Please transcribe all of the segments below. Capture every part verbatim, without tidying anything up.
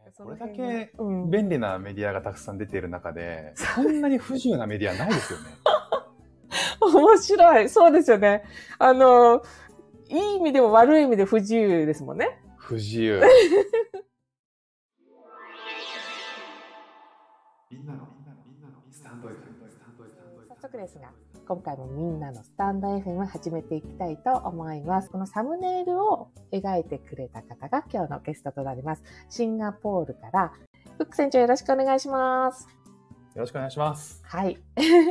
これだけ便利なメディアがたくさん出ている中で、 うん、 こんなに不自由なメディアないですよね。 面白い。そうですよね。あの、いい意味でも悪い意味で不自由ですもんね。 不自由。みんなの、みんなのスタンド エフエム。 早速ですが、今回もみんなのスタンド エフエム 始めていきたいと思います。このサムネイルを描いてくれた方が今日のゲストとなります。シンガポールからフック船長よろしくお願いします。 よろしくお願いします。 はい。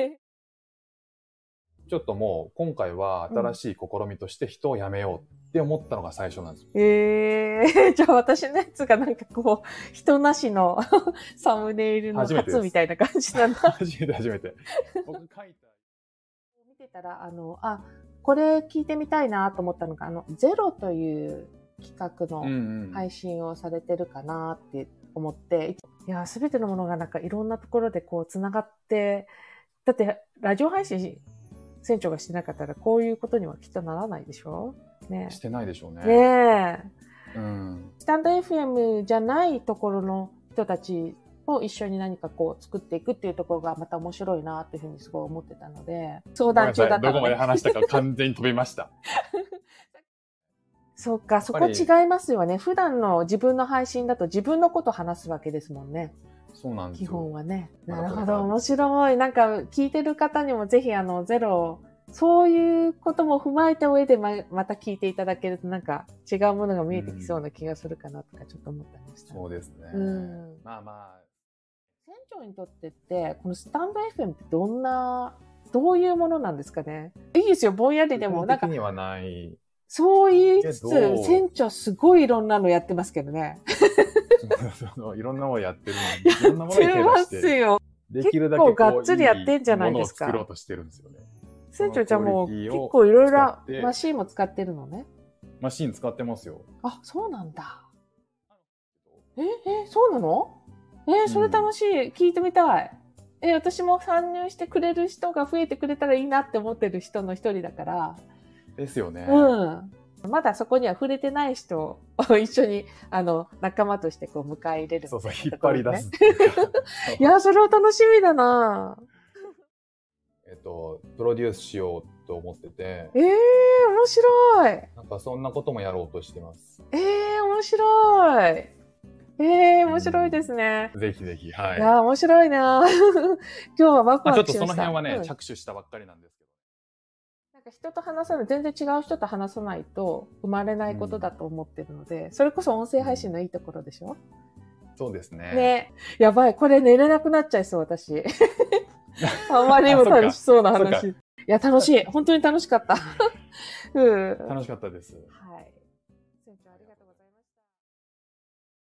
ちょっともう今回は新しい試みとして人を辞めようって思ったのが最初なんですよ。 うん、えー、じゃあ私のやつがなんかこう、人なしのサムネイルの初みたいな感じなんだ。 初めて初めて。僕書いた。 見てたら、あの、あ、これ聞いてみたいなと思ったのが、あの、ゼロという企画の配信をされてるかなって思って、うんうん、いや、すべてのものがなんかいろんなところでこう繋がって、だってラジオ配信船長がしてなかったらこういうことにはきっとならないでしょね。 してないでしょうね。 ねえ。 うん。 スタンド エフエム じゃないところの人たちを一緒に何かこう作っていくっていうところがまた面白いなっていうふうにすごい思ってたので、相談中だったので。 どこまで話したか完全に飛びました。 そうか、そこ違いますよね。普段の自分の配信だと自分のこと話すわけですもんね。 そうなんですよ。 基本はね。なるほど、面白い。なんか聞いてる方にもぜひあのゼロ、そういうことも踏まえた上で ま, また聞いていただけるとなんか違うものが見えてきそうな気がするかなとかちょっと思ってました。 そうですね。 うん、 まあまあ。 船長にとってってこのスタンド エフエム ってどんな、どういうものなんですかね。いいですよ、ぼんやりでも。 なんか。的にはない。 そう言いつつ、船長すごいいろんなのやってますけどね。 いろんなものやってるのに。いろんなものやってますよ。 できるだけ結構がっつりやってんじゃないですか。 ものを作ろうとしてるんですよね。 船長じゃもう結構いろいろマシーンも使ってるのね。 マシーン使ってますよ。 あ、そうなんだ。え、え、そうなの？え、それ楽しい。うん、聞いてみたい。え、私も参入してくれる人が増えてくれたらいいなって思ってる人の一人だから。 ですよね。 うん。まだそこには触れてない人を一緒に、あの、仲間としてこう迎え入れる、ね。 そうそう、引っ張り出す。 いや、それは楽しみだな。 えっと、プロデュースしようと思ってて。 ええー、面白い。 なんかそんなこともやろうとしてます。 ええー、面白い。ええー、面白いですね。 うん、ぜひぜひ、はい。 いや、面白いな。今日はワクワクしました。 ちょっとその辺はね、うん、着手したばっかりなんですけど。 なんか人と話さない、全然違う人と話さないと生まれないことだと思ってるので、うん、それこそ音声配信のいいところでしょ？ そうですね。 ね。やばい、これ寝れなくなっちゃいそう、私。あまりにも楽しそうな話。いや、楽しい。本当に楽しかった。うん。 楽しかったです。 はい。船長ありがとうございます。